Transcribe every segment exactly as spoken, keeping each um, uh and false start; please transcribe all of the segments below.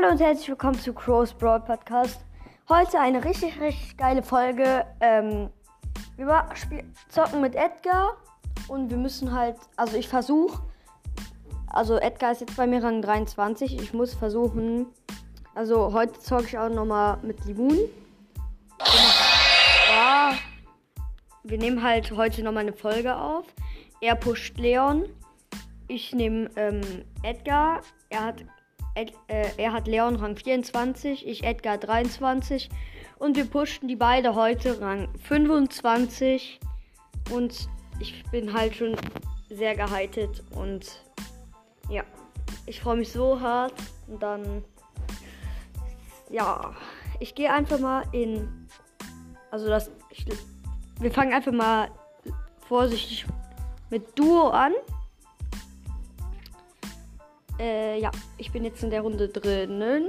Hallo und herzlich willkommen zu Crow's Brawl Podcast. Heute eine richtig, richtig geile Folge. Ähm, wir war, spiel, zocken mit Edgar und wir müssen halt, also ich versuche, also Edgar ist jetzt bei mir Rang dreiundzwanzig. Ich muss versuchen, also heute zocke ich auch nochmal mit Limun. Ja, wir nehmen halt heute nochmal eine Folge auf. Er pusht Leon. Ich nehme ähm, Edgar. Er hat Ed, äh, er hat Leon Rang vierundzwanzig, ich Edgar dreiundzwanzig und wir pushten die beide heute Rang fünfundzwanzig und ich bin halt schon sehr gehytet und ja, ich freue mich so hart und dann, ja, ich gehe einfach mal in, also das, ich, wir fangen einfach mal vorsichtig mit Duo an. Äh, ja, ich bin jetzt in der Runde drinnen.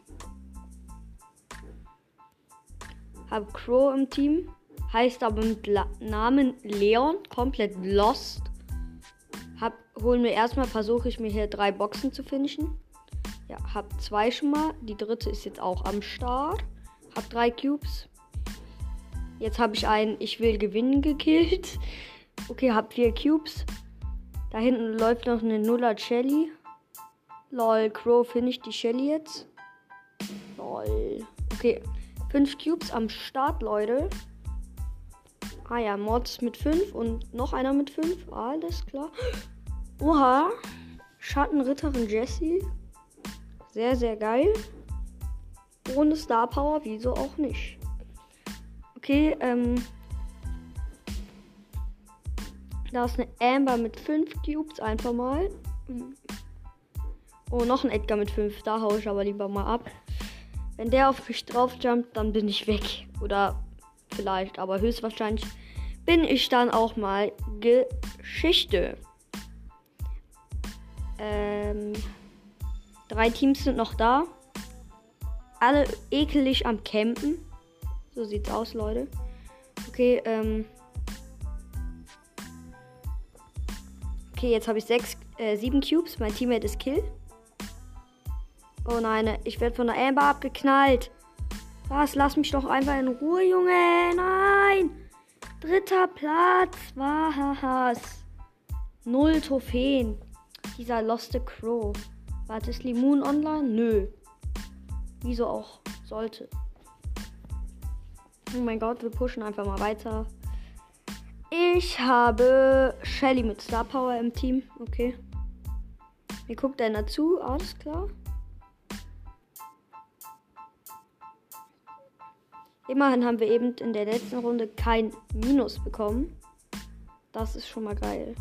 Hab Crow im Team. Heißt aber mit La- Namen Leon. Komplett lost. Hab, holen mir erstmal, versuche ich mir hier drei Boxen zu finishen. Ja, hab zwei schon mal. Die dritte ist jetzt auch am Start. Hab drei Cubes. Jetzt habe ich einen Ich will gewinnen gekillt. Okay, hab vier Cubes. Da hinten läuft noch eine Nuller Shelly. Lol, Crow finisht die Shelly jetzt. Lol. Okay, fünf Cubes am Start, Leute. Ah ja, Mods mit fünf und noch einer mit fünf. Alles klar. Oha. Schattenritterin Jessie. Sehr, sehr geil. Ohne Star Power, wieso auch nicht. Okay, ähm. Da ist eine Amber mit fünf Cubes, einfach mal. Oh, noch ein Edgar mit fünf. Da hau ich aber lieber mal ab. Wenn der auf mich drauf jumpt, dann bin ich weg. Oder vielleicht, aber höchstwahrscheinlich bin ich dann auch mal Geschichte. Ähm, drei Teams sind noch da. Alle ekelig am Campen. So sieht's aus, Leute. Okay, ähm. Okay, jetzt habe ich sechs, äh, sieben Cubes. Mein Teammate ist Kill. Oh nein, ich werde von der Amber abgeknallt. Was? Lass mich doch einfach in Ruhe, Junge. Nein. Dritter Platz. Was? Null Trophäen. Dieser loste Crow. Warte, ist Limun online? Nö. Wieso auch sollte. Oh mein Gott, wir pushen einfach mal weiter. Ich habe Shelly mit Star Power im Team. Okay. Mir guckt einer zu. Alles klar. Immerhin haben wir eben in der letzten Runde kein Minus bekommen. Das ist schon mal geil.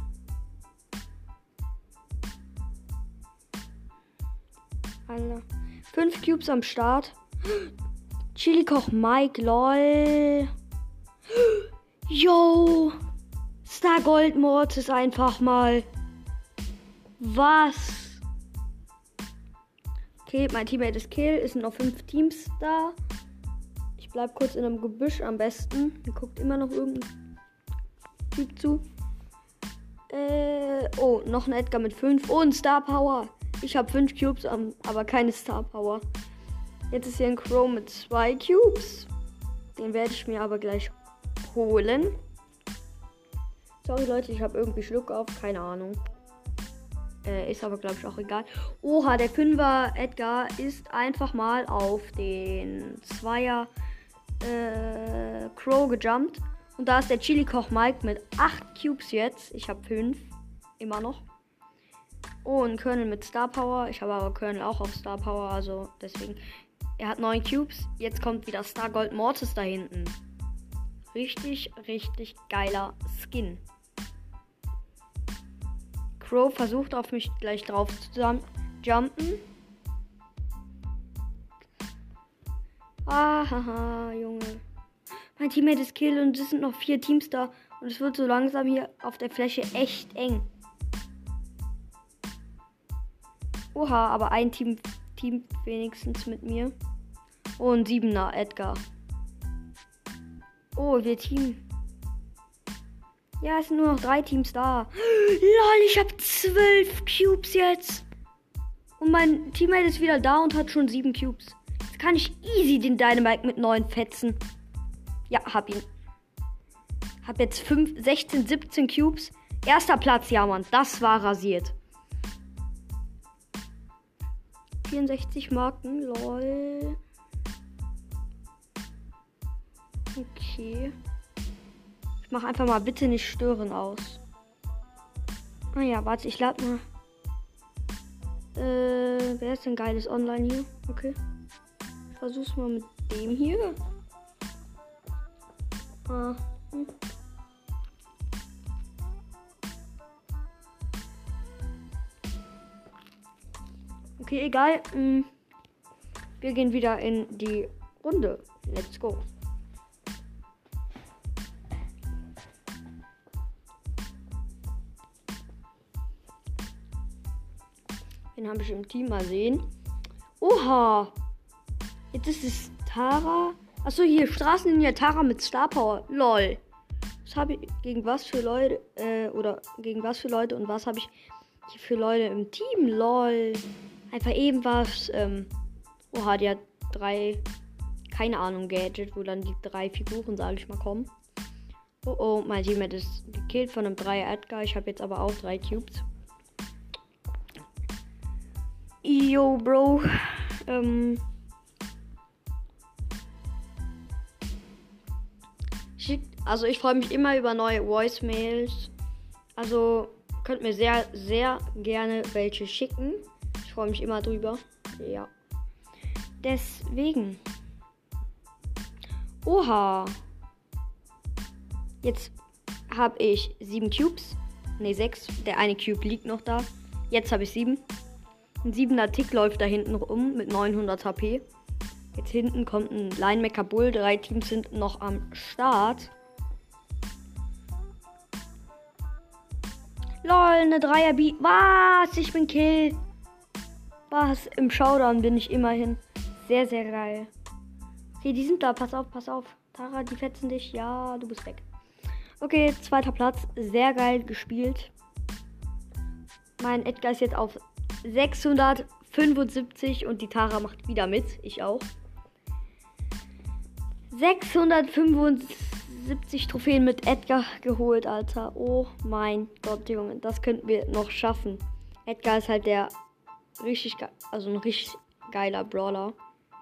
Alter. Fünf Cubes am Start. Chili Koch Mike, lol. Yo. Star Gold Mortis einfach mal. Was? Okay, mein Teammate ist Kill. Es sind noch fünf Teams da. Ich bleib kurz in einem Gebüsch am besten. Mir guckt immer noch irgendein Typ zu. Äh, oh, noch ein Edgar mit fünf. Oh, ein Star Power. Ich habe fünf Cubes, aber keine Star Power. Jetzt ist hier ein Crow mit zwei Cubes. Den werde ich mir aber gleich holen. Sorry Leute, ich habe irgendwie Schluck auf. Keine Ahnung. Äh, ist aber glaube ich auch egal. Oha, der Fünfer Edgar ist einfach mal auf den Zweier Äh, Crow gejumpt. Und da ist der Chili Koch Mike mit acht Cubes jetzt. Ich habe fünf. Immer noch. Oh, ein Colonel mit Star Power. Ich habe aber Colonel auch auf Star Power. Also deswegen. Er hat neun Cubes. Jetzt kommt wieder Star Gold Mortis da hinten. Richtig, richtig geiler Skin. Crow versucht auf mich gleich drauf zu jumpen. Ahaha, Junge. Mein Teammate ist Kill und es sind noch vier Teams da. Und es wird so langsam hier auf der Fläche echt eng. Oha, aber ein Team, Team wenigstens mit mir. Oh, ein Siebener Edgar. Oh, wir Team. Ja, es sind nur noch drei Teams da. Lol, ich habe zwölf Cubes jetzt. Und mein Teammate ist wieder da und hat schon sieben Cubes. Jetzt kann ich easy den Dynamite mit neun fetzen. Ja, hab ihn. Hab jetzt fünf, sechzehn, siebzehn Cubes. Erster Platz, ja Mann. Das war rasiert. vierundsechzig Marken, lol. Okay. Ich mach einfach mal bitte nicht stören aus. Ah ja, warte, ich lade mal. Äh, wer ist denn geiles Online hier? Okay. Ich versuch's mal mit dem hier. Ah. Hm. Okay, egal. Hm. Wir gehen wieder in die Runde. Let's go. Den habe ich im Team mal sehen. Oha. Jetzt ist es Tara. Achso, hier Straßenlinie Tara mit Star Power. Lol. Was habe ich gegen was für Leute äh, oder gegen was für Leute und was habe ich hier für Leute im Team? Lol. Einfach eben was. Ähm, oha, die hat drei, keine Ahnung, Gadget, wo dann die drei Figuren, sage ich mal, kommen. Oh oh, mein Teammate ist gekillt von einem Dreier Edgar. Ich habe jetzt aber auch drei Cubes. Yo, Bro. Ähm. Schickt, also ich freue mich immer über neue Voicemails. Also könnt mir sehr, sehr gerne welche schicken. Ich freue mich immer drüber. Ja. Deswegen. Oha. Jetzt habe ich sieben Cubes. Ne, sechs. Der eine Cube liegt noch da. Jetzt habe ich sieben. Ein siebener Tick läuft da hinten rum mit neunhundert H P. Jetzt hinten kommt ein Linebacker Bull. Drei Teams sind noch am Start. Lol, eine Dreier B. Was? Ich bin Kill. Was? Im Showdown bin ich immerhin. Sehr, sehr geil. Okay, die sind da. Pass auf, pass auf. Tara, die fetzen dich. Ja, du bist weg. Okay, zweiter Platz. Sehr geil gespielt. Mein Edgar ist jetzt auf sechshundertfünfundsiebzig und die Tara macht wieder mit. Ich auch. sechshundertfünfundsiebzig Trophäen mit Edgar geholt, Alter. Oh mein Gott, Junge. Das könnten wir noch schaffen. Edgar ist halt der richtig ge- also ein richtig geiler Brawler.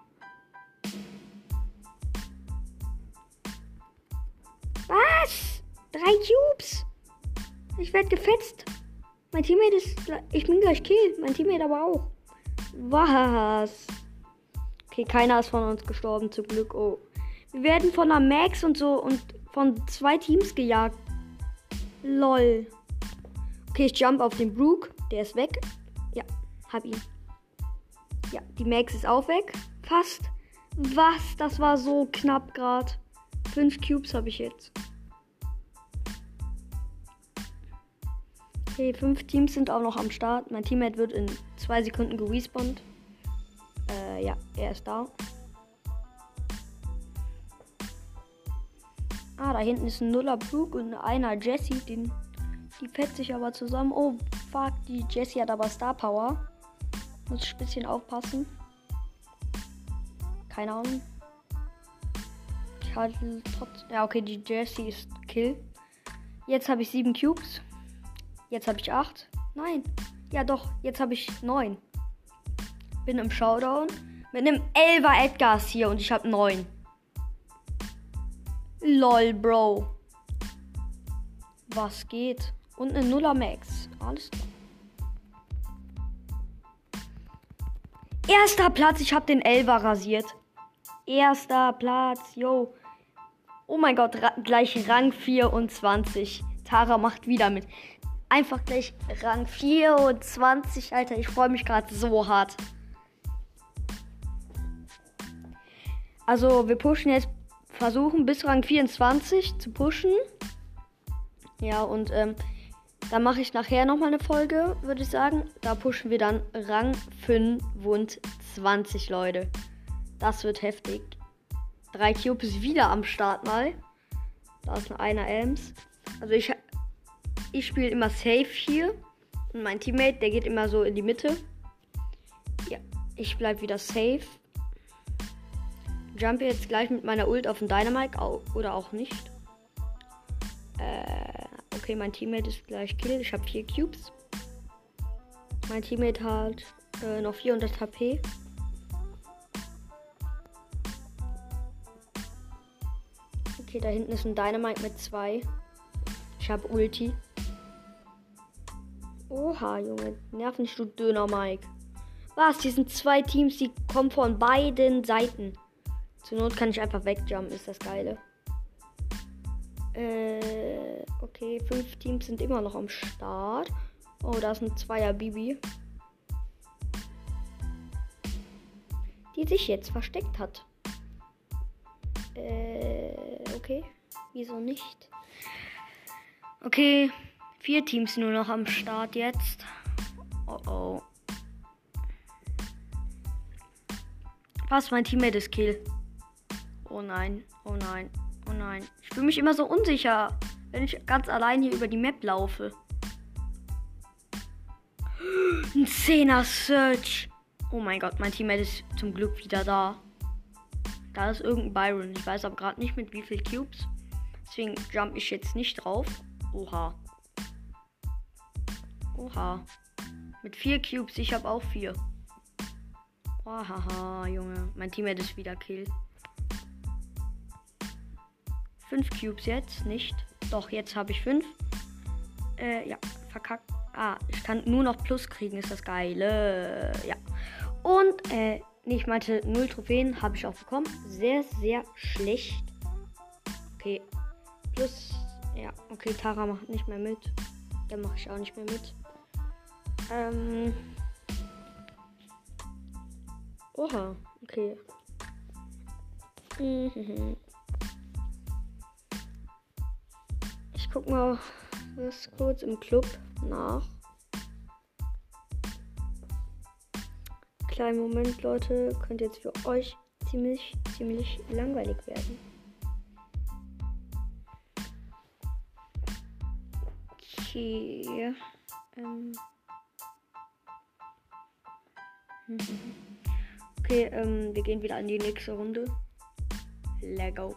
Was? Drei Cubes? Ich werde gefetzt. Mein Teammate ist... Ich bin gleich Kill. Mein Teammate aber auch. Was? Okay, keiner ist von uns gestorben, zum Glück. Oh. Wir werden von der Max und so und von zwei Teams gejagt. Lol. Okay, ich jump auf den Brook. Der ist weg. Ja, hab ihn. Ja, die Max ist auch weg. Fast. Was? Das war so knapp gerade. Fünf Cubes habe ich jetzt. Okay, fünf Teams sind auch noch am Start. Mein Teammate wird in zwei Sekunden gerespawnt. Äh, ja, er ist da. Ah, da hinten ist ein Nuller Brook und einer Jessie. Den, die fetzt sich aber zusammen. Oh, fuck, die Jessie hat aber Star Power. Muss ich ein bisschen aufpassen. Keine Ahnung. Ich halte trotzdem... Ja, okay, die Jessie ist Kill. Jetzt habe ich sieben Cubes. Jetzt habe ich acht. Nein. Ja doch, jetzt habe ich neun. Bin im Showdown. Mit einem Elfer Edgars hier und ich habe neun. Lol, Bro. Was geht? Und eine Nuller Max. Alles klar. Erster Platz. Ich habe den Elfer rasiert. Erster Platz. Yo. Oh mein Gott. Ra- gleich Rang vierundzwanzig. Tara macht wieder mit. Einfach gleich Rang vierundzwanzig, Alter. Ich freue mich gerade so hart. Also, wir pushen jetzt, versuchen bis Rang vierundzwanzig zu pushen. Ja, und ähm, dann mache ich nachher nochmal eine Folge, würde ich sagen. Da pushen wir dann Rang fünfundzwanzig, Leute. Das wird heftig. Drei Cubes wieder am Start mal. Da ist noch einer Elms. Also ich Ich spiele immer safe hier. Und mein Teammate, der geht immer so in die Mitte. Ich bleib wieder safe. Jump jetzt gleich mit meiner Ult auf den Dynamite oder auch nicht. Äh, okay, mein Teammate ist gleich Kill. Ich habe vier Cubes. Mein Teammate hat äh, noch vierhundert H P. Okay, da hinten ist ein Dynamite mit zwei. Ich habe Ulti. Oha, Junge. Nerv nicht, du Döner, Mike. Was? Die sind zwei Teams, die kommen von beiden Seiten. Zur Not kann ich einfach wegjumpen, ist das Geile. Äh, okay, fünf Teams sind immer noch am Start. Oh, da ist ein Zweier Bibi. Die sich jetzt versteckt hat. Äh, okay. Wieso nicht? Okay, vier Teams nur noch am Start jetzt. Oh oh. Was? Mein Teammate ist Kill. Oh nein, oh nein, oh nein. Ich fühle mich immer so unsicher, wenn ich ganz allein hier über die Map laufe. Ein Zehner Search. Oh mein Gott, mein Teammate ist zum Glück wieder da. Da ist irgendein Byron. Ich weiß aber gerade nicht mit wie viel Cubes. Deswegen jump ich jetzt nicht drauf. Oha. Oha. Mit vier Cubes. Ich habe auch vier. Ohaha, Junge. Mein Teammate ist wieder Kill. Fünf Cubes jetzt. Nicht. Doch, jetzt habe ich fünf. Äh, ja. Verkackt. Ah, ich kann nur noch Plus kriegen. Ist das geil. Ja. Und, äh, nee, ich meinte, null Trophäen habe ich auch bekommen. Sehr, sehr schlecht. Okay. Plus, ja, okay, Tara macht nicht mehr mit. Dann mache ich auch nicht mehr mit. Ähm. Oha, okay. Mhm. Ich guck mal was kurz im Club nach. Kleinen Moment, Leute. Könnte jetzt für euch ziemlich, ziemlich langweilig werden. Okay. Ähm. Okay, ähm, wir gehen wieder an die nächste Runde. Lego.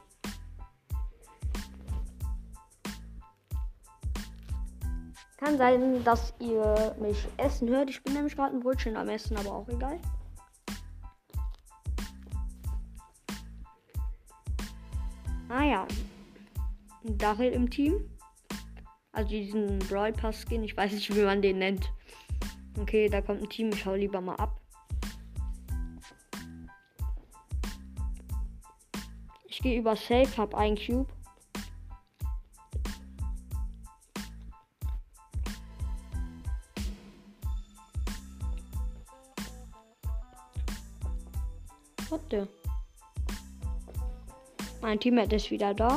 Kann sein, dass ihr mich essen hört. Ich bin nämlich gerade ein Brötchen am Essen, aber auch egal. Ah ja. Ein Daryl im Team. Also diesen Brawl Pass Skin. Ich weiß nicht, wie man den nennt. Okay, da kommt ein Team. Ich hau lieber mal ab. Ich gehe über Safe, hab einen Cube. Warte. Mein Teammate ist wieder da.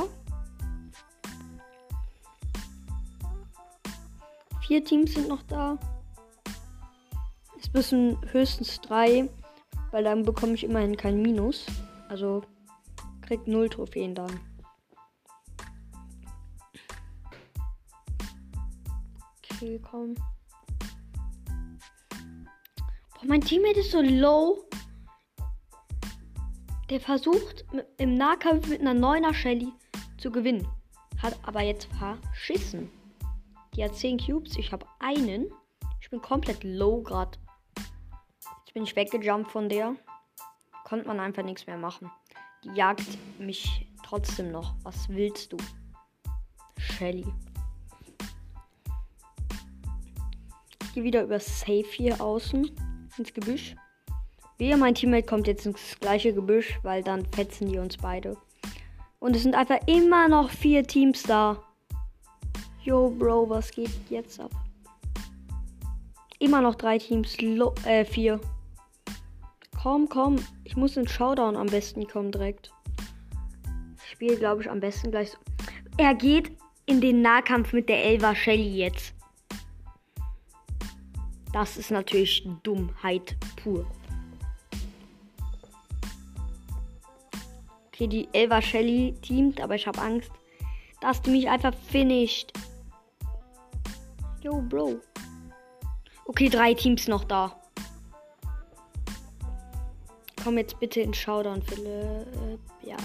Vier Teams sind noch da. Es müssen höchstens drei, weil dann bekomme ich immerhin kein Minus. Also kriegt null Trophäen dann. Okay, komm. Boah, mein Teammate ist so low. Der versucht im Nahkampf mit einer neuner Shelly zu gewinnen. Hat aber jetzt verschissen. Die hat zehn Cubes. Ich habe einen. Ich bin komplett low gerade. Jetzt bin ich weggejumpt von der. Konnte man einfach nichts mehr machen. Die jagt mich trotzdem noch. Was willst du? Shelly. Ich gehe wieder über Safe hier außen ins Gebüsch. Wehe, mein Teammate kommt jetzt ins gleiche Gebüsch, weil dann fetzen die uns beide. Und es sind einfach immer noch vier Teams da. Yo, Bro, was geht jetzt ab? Immer noch drei Teams. Lo- äh, vier. Komm, komm. Ich muss in Showdown am besten kommen direkt. Ich spiele, glaube ich, am besten gleich so. Er geht in den Nahkampf mit der Elva Shelly jetzt. Das ist natürlich Dummheit pur. Okay, die Elva Shelly teamt, aber ich habe Angst, dass die mich einfach finisht. Yo, Bro. Okay, drei Teams noch da. Komm jetzt bitte in Showdown, Philipp. Ja.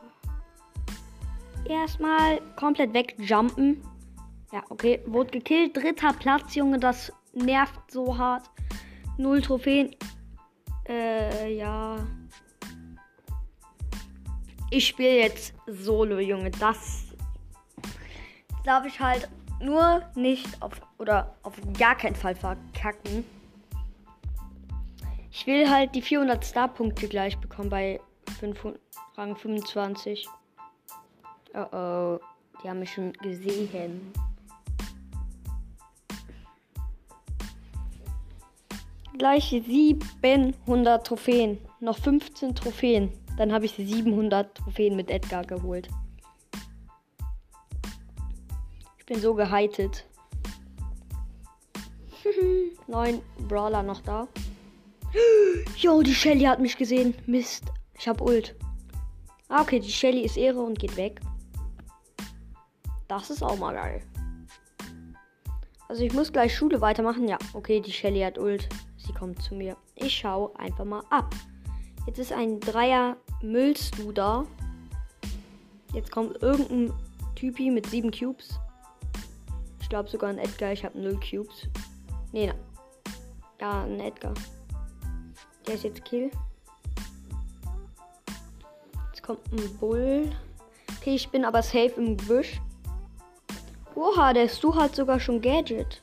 Erstmal komplett wegjumpen. Ja, okay. Wurde gekillt. Dritter Platz, Junge. Das nervt so hart. Null Trophäen. Äh, ja. Ich spiele jetzt Solo, Junge. Das darf ich halt nur nicht auf, oder auf gar keinen Fall verkacken. Ich will halt die vierhundert Star-Punkte gleich bekommen bei fünfhundert, Rang fünfundzwanzig. Oh oh, die haben mich schon gesehen. Gleich siebenhundert Trophäen. Noch fünfzehn Trophäen. Dann habe ich siebenhundert Trophäen mit Edgar geholt. Ich bin so gehytet. Neun Brawler noch da. Jo, die Shelly hat mich gesehen. Mist. Ich hab Ult. Ah, okay, die Shelly ist Ehre und geht weg. Das ist auch mal geil. Also ich muss gleich Schule weitermachen. Ja, okay, die Shelly hat Ult. Sie kommt zu mir. Ich schau einfach mal ab. Jetzt ist ein Dreier Müllstu da. Jetzt kommt irgendein Typi mit sieben Cubes. Ich glaube sogar ein Edgar. Ich habe null Cubes. Nee, na. Ja, ein Edgar. Der ist jetzt Kill. Jetzt kommt ein Bull. Okay, ich bin aber safe im Gebüsch. Oha, der Stu hat sogar schon Gadget.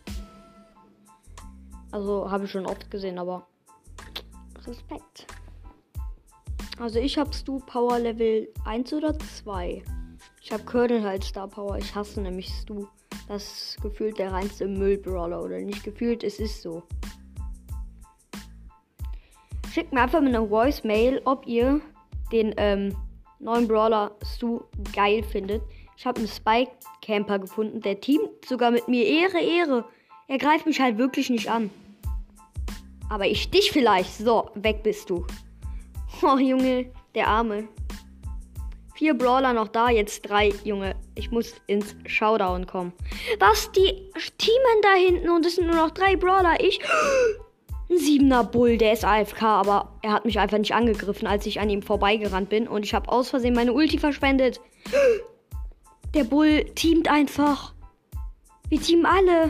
Also, habe ich schon oft gesehen, aber Respekt. Also, ich habe Stu Power Level eins oder zwei. Ich habe Colonel halt Star Power. Ich hasse nämlich Stu. Das ist gefühlt der reinste Müllbrawler. Oder nicht gefühlt, es ist so. Schickt mir einfach mit einer Voice-Mail, ob ihr den ähm, neuen Brawler Stu geil findet. Ich habe einen Spike-Camper gefunden. Der teamt sogar mit mir. Ehre, Ehre. Er greift mich halt wirklich nicht an. Aber ich dich vielleicht. So, weg bist du. Oh, Junge, der Arme. Vier Brawler noch da, jetzt drei, Junge. Ich muss ins Showdown kommen. Was? Die teamen da hinten und es sind nur noch drei Brawler. Ich... Ein siebener Bull, der ist A F K, aber er hat mich einfach nicht angegriffen, als ich an ihm vorbeigerannt bin. Und ich habe aus Versehen meine Ulti verschwendet. Der Bull teamt einfach. Wir teamen alle.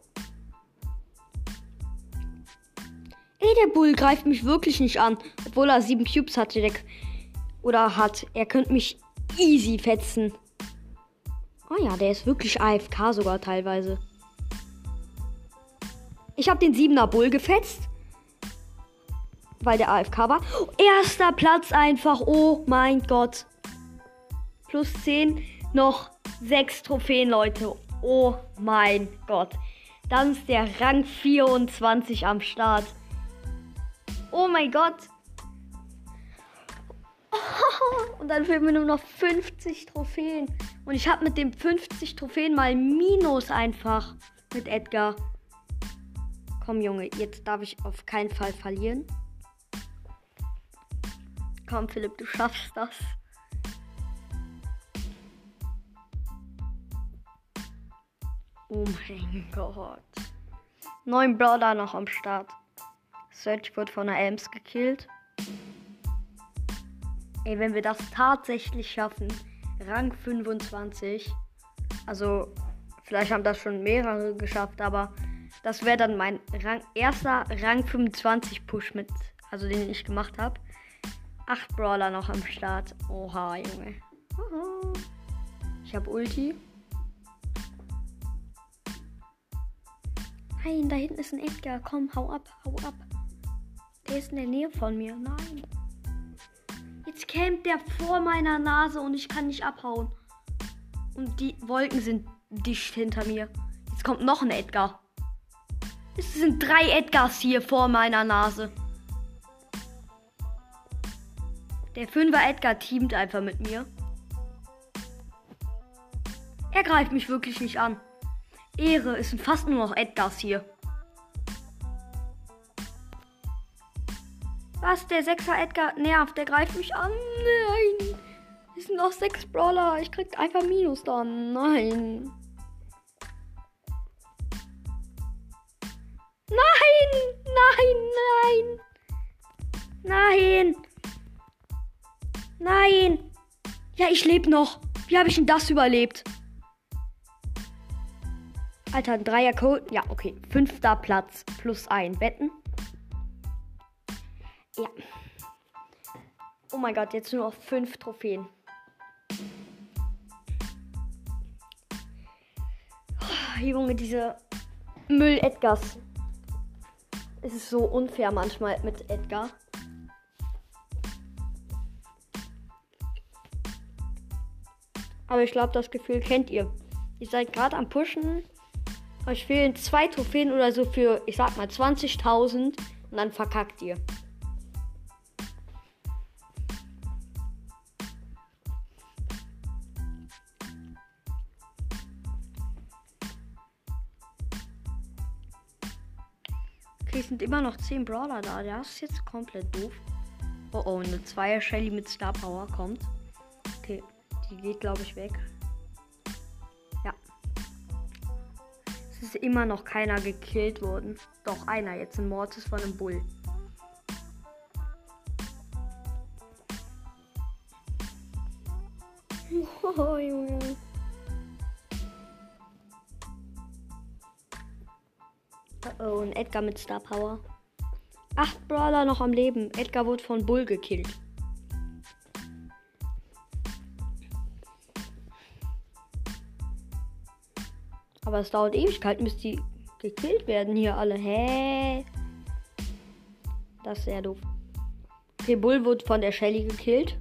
Ey, der Bull greift mich wirklich nicht an. Obwohl er sieben Cubes hatte. Der oder hat. Er könnte mich easy fetzen. Oh ja, der ist wirklich A F K sogar teilweise. Ich habe den siebener Bull gefetzt. Weil der A F K war. Erster Platz einfach. Oh mein Gott. Plus zehn. Noch sechs Trophäen, Leute. Oh mein Gott. Dann ist der Rang vierundzwanzig am Start. Oh mein Gott. Und dann fehlen mir nur noch fünfzig Trophäen. Und ich habe mit dem fünfzig Trophäen mal Minus einfach mit Edgar. Komm, Junge, jetzt darf ich auf keinen Fall verlieren. Komm, Philipp, du schaffst das. Oh mein Gott. Neun Brawler noch am Start. Search wird von der Ems gekillt. Ey, wenn wir das tatsächlich schaffen, Rang fünfundzwanzig, also vielleicht haben das schon mehrere geschafft, aber das wäre dann mein Rang, erster Rang fünfundzwanzig Push mit, also den ich gemacht habe. Acht Brawler noch am Start. Oha, Junge. Oha. Ich habe Ulti. Nein, da hinten ist ein Edgar. Komm, hau ab, hau ab. Der ist in der Nähe von mir. Nein. Jetzt campt der vor meiner Nase und ich kann nicht abhauen. Und die Wolken sind dicht hinter mir. Jetzt kommt noch ein Edgar. Es sind drei Edgars hier vor meiner Nase. Der Fünfer Edgar teamt einfach mit mir. Er greift mich wirklich nicht an. Ehre, es sind fast nur noch Edgars hier. Was? Der Sechser Edgar nervt. Der greift mich an. Nein. Es sind noch sechs Brawler. Ich krieg einfach Minus dann. Nein. Nein. Nein. Nein. Nein. Nein. Ja, ich lebe noch. Wie habe ich denn das überlebt? Alter, ein Dreier-Code. Ja, okay. Fünfter Platz plus ein. Wetten? Ja. Oh mein Gott, jetzt nur noch fünf Trophäen. Oh, Junge, diese Müll-Edgars. Es ist so unfair manchmal mit Edgar. Aber ich glaube, das Gefühl kennt ihr. Ihr seid gerade am Pushen. Euch fehlen zwei Trophäen oder so für, ich sag mal, zwanzigtausend. Und dann verkackt ihr. Okay, es sind immer noch zehn Brawler da. Das ist jetzt komplett doof. Oh oh, eine Zweier Shelly mit Star Power kommt. Okay, die geht, glaube ich, weg. Ja. Es ist immer noch keiner gekillt worden. Doch, einer. Jetzt ein Mortis von einem Bull. Oh, Junge. Oh, ein Edgar mit Star Power. Acht Brawler noch am Leben. Edgar wurde von Bull gekillt. Aber es dauert Ewigkeiten, bis die gekillt werden hier alle. Hä? Das ist sehr doof. Okay, Bull wurde von der Shelly gekillt.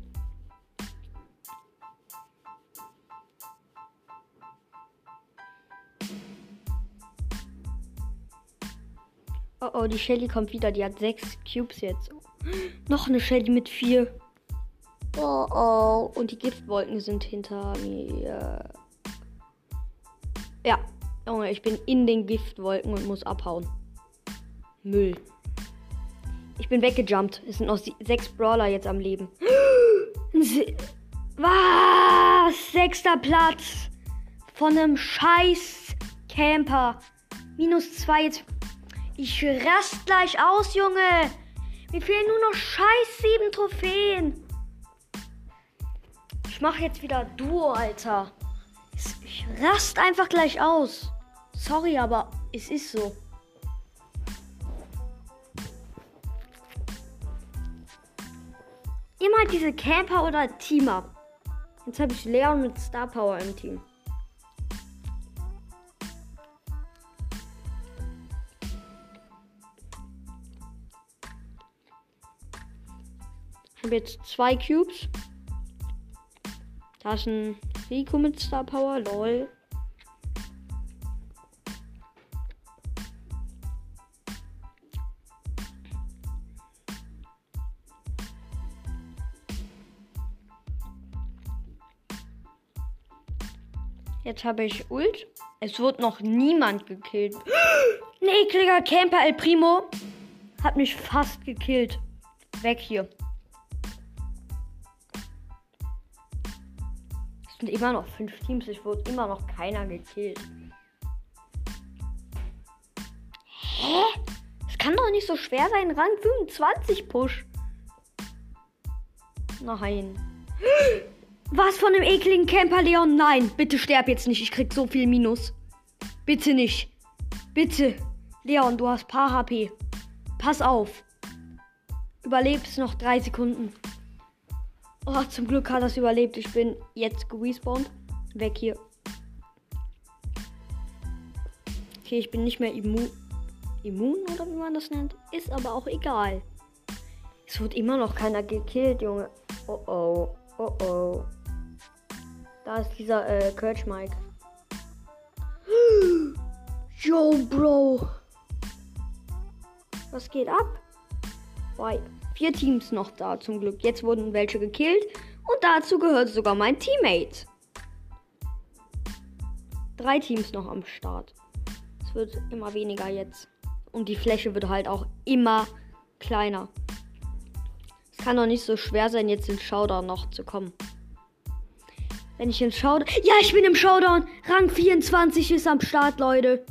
Oh oh, die Shelly kommt wieder. Die hat sechs Cubes jetzt. Noch eine Shelly mit vier. Oh oh. Und die Giftwolken sind hinter mir. Ja. Junge, ich bin in den Giftwolken und muss abhauen. Müll. Ich bin weggejumpt. Es sind noch sechs Brawler jetzt am Leben. Was? Sechster Platz. Von einem scheiß Camper. Minus zwei jetzt. Ich rast gleich aus, Junge. Mir fehlen nur noch scheiß sieben Trophäen. Ich mache jetzt wieder Duo, Alter. Ich rast einfach gleich aus. Sorry, aber es ist so. Immer diese Camper oder Team-Up. Jetzt habe ich Leon mit Star Power im Team. Ich habe jetzt zwei Cubes. Da ist ein Rico mit Star Power, lol. Jetzt habe ich Ult. Es wird noch niemand gekillt. Ein ekliger Camper El Primo hat mich fast gekillt. Weg hier. Es sind immer noch fünf Teams. Es wird immer noch keiner gekillt. Hä? Es kann doch nicht so schwer sein. Rang fünfundzwanzig Push. Nein. Was von dem ekligen Camper Leon? Nein, bitte sterb jetzt nicht. Ich krieg so viel Minus. Bitte nicht. Bitte. Leon, du hast paar H P. Pass auf. Überlebst noch drei Sekunden. Oh, zum Glück hat er es überlebt. Ich bin jetzt gerespawnt. Weg hier. Okay, ich bin nicht mehr immun. Immun oder wie man das nennt. Ist aber auch egal. Es wird immer noch keiner gekillt, Junge. Oh oh. Oh oh. Da ist dieser äh, Coach Mike. Yo, Bro. Was geht ab? Boah, vier Teams noch da zum Glück. Jetzt wurden welche gekillt. Und dazu gehört sogar mein Teammate. Drei Teams noch am Start. Es wird immer weniger jetzt. Und die Fläche wird halt auch immer kleiner. Es kann doch nicht so schwer sein, jetzt in Showdown noch zu kommen. Wenn ich in Showdown... Ja, ich bin im Showdown. Rang vierundzwanzig ist am Start, Leute.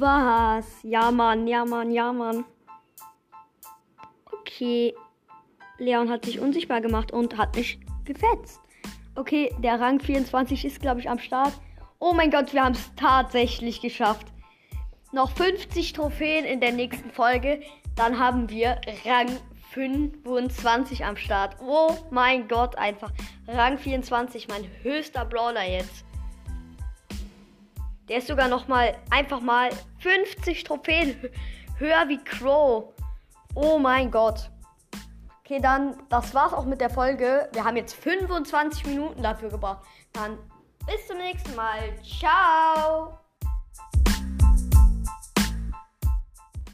Was? Ja, Mann, ja, Mann, ja, Mann. Okay. Leon hat sich unsichtbar gemacht und hat mich gefetzt. Okay, der Rang vierundzwanzig ist, glaube ich, am Start. Oh mein Gott, wir haben es tatsächlich geschafft. Noch fünfzig Trophäen in der nächsten Folge. Dann haben wir Rang fünfundzwanzig am Start. Oh mein Gott, einfach. Rang vierundzwanzig, mein höchster Brawler jetzt. Der ist sogar noch mal, einfach mal fünfzig Trophäen höher wie Crow. Oh mein Gott. Okay, dann, das war's auch mit der Folge. Wir haben jetzt fünfundzwanzig Minuten dafür gebraucht. Dann bis zum nächsten Mal. Ciao.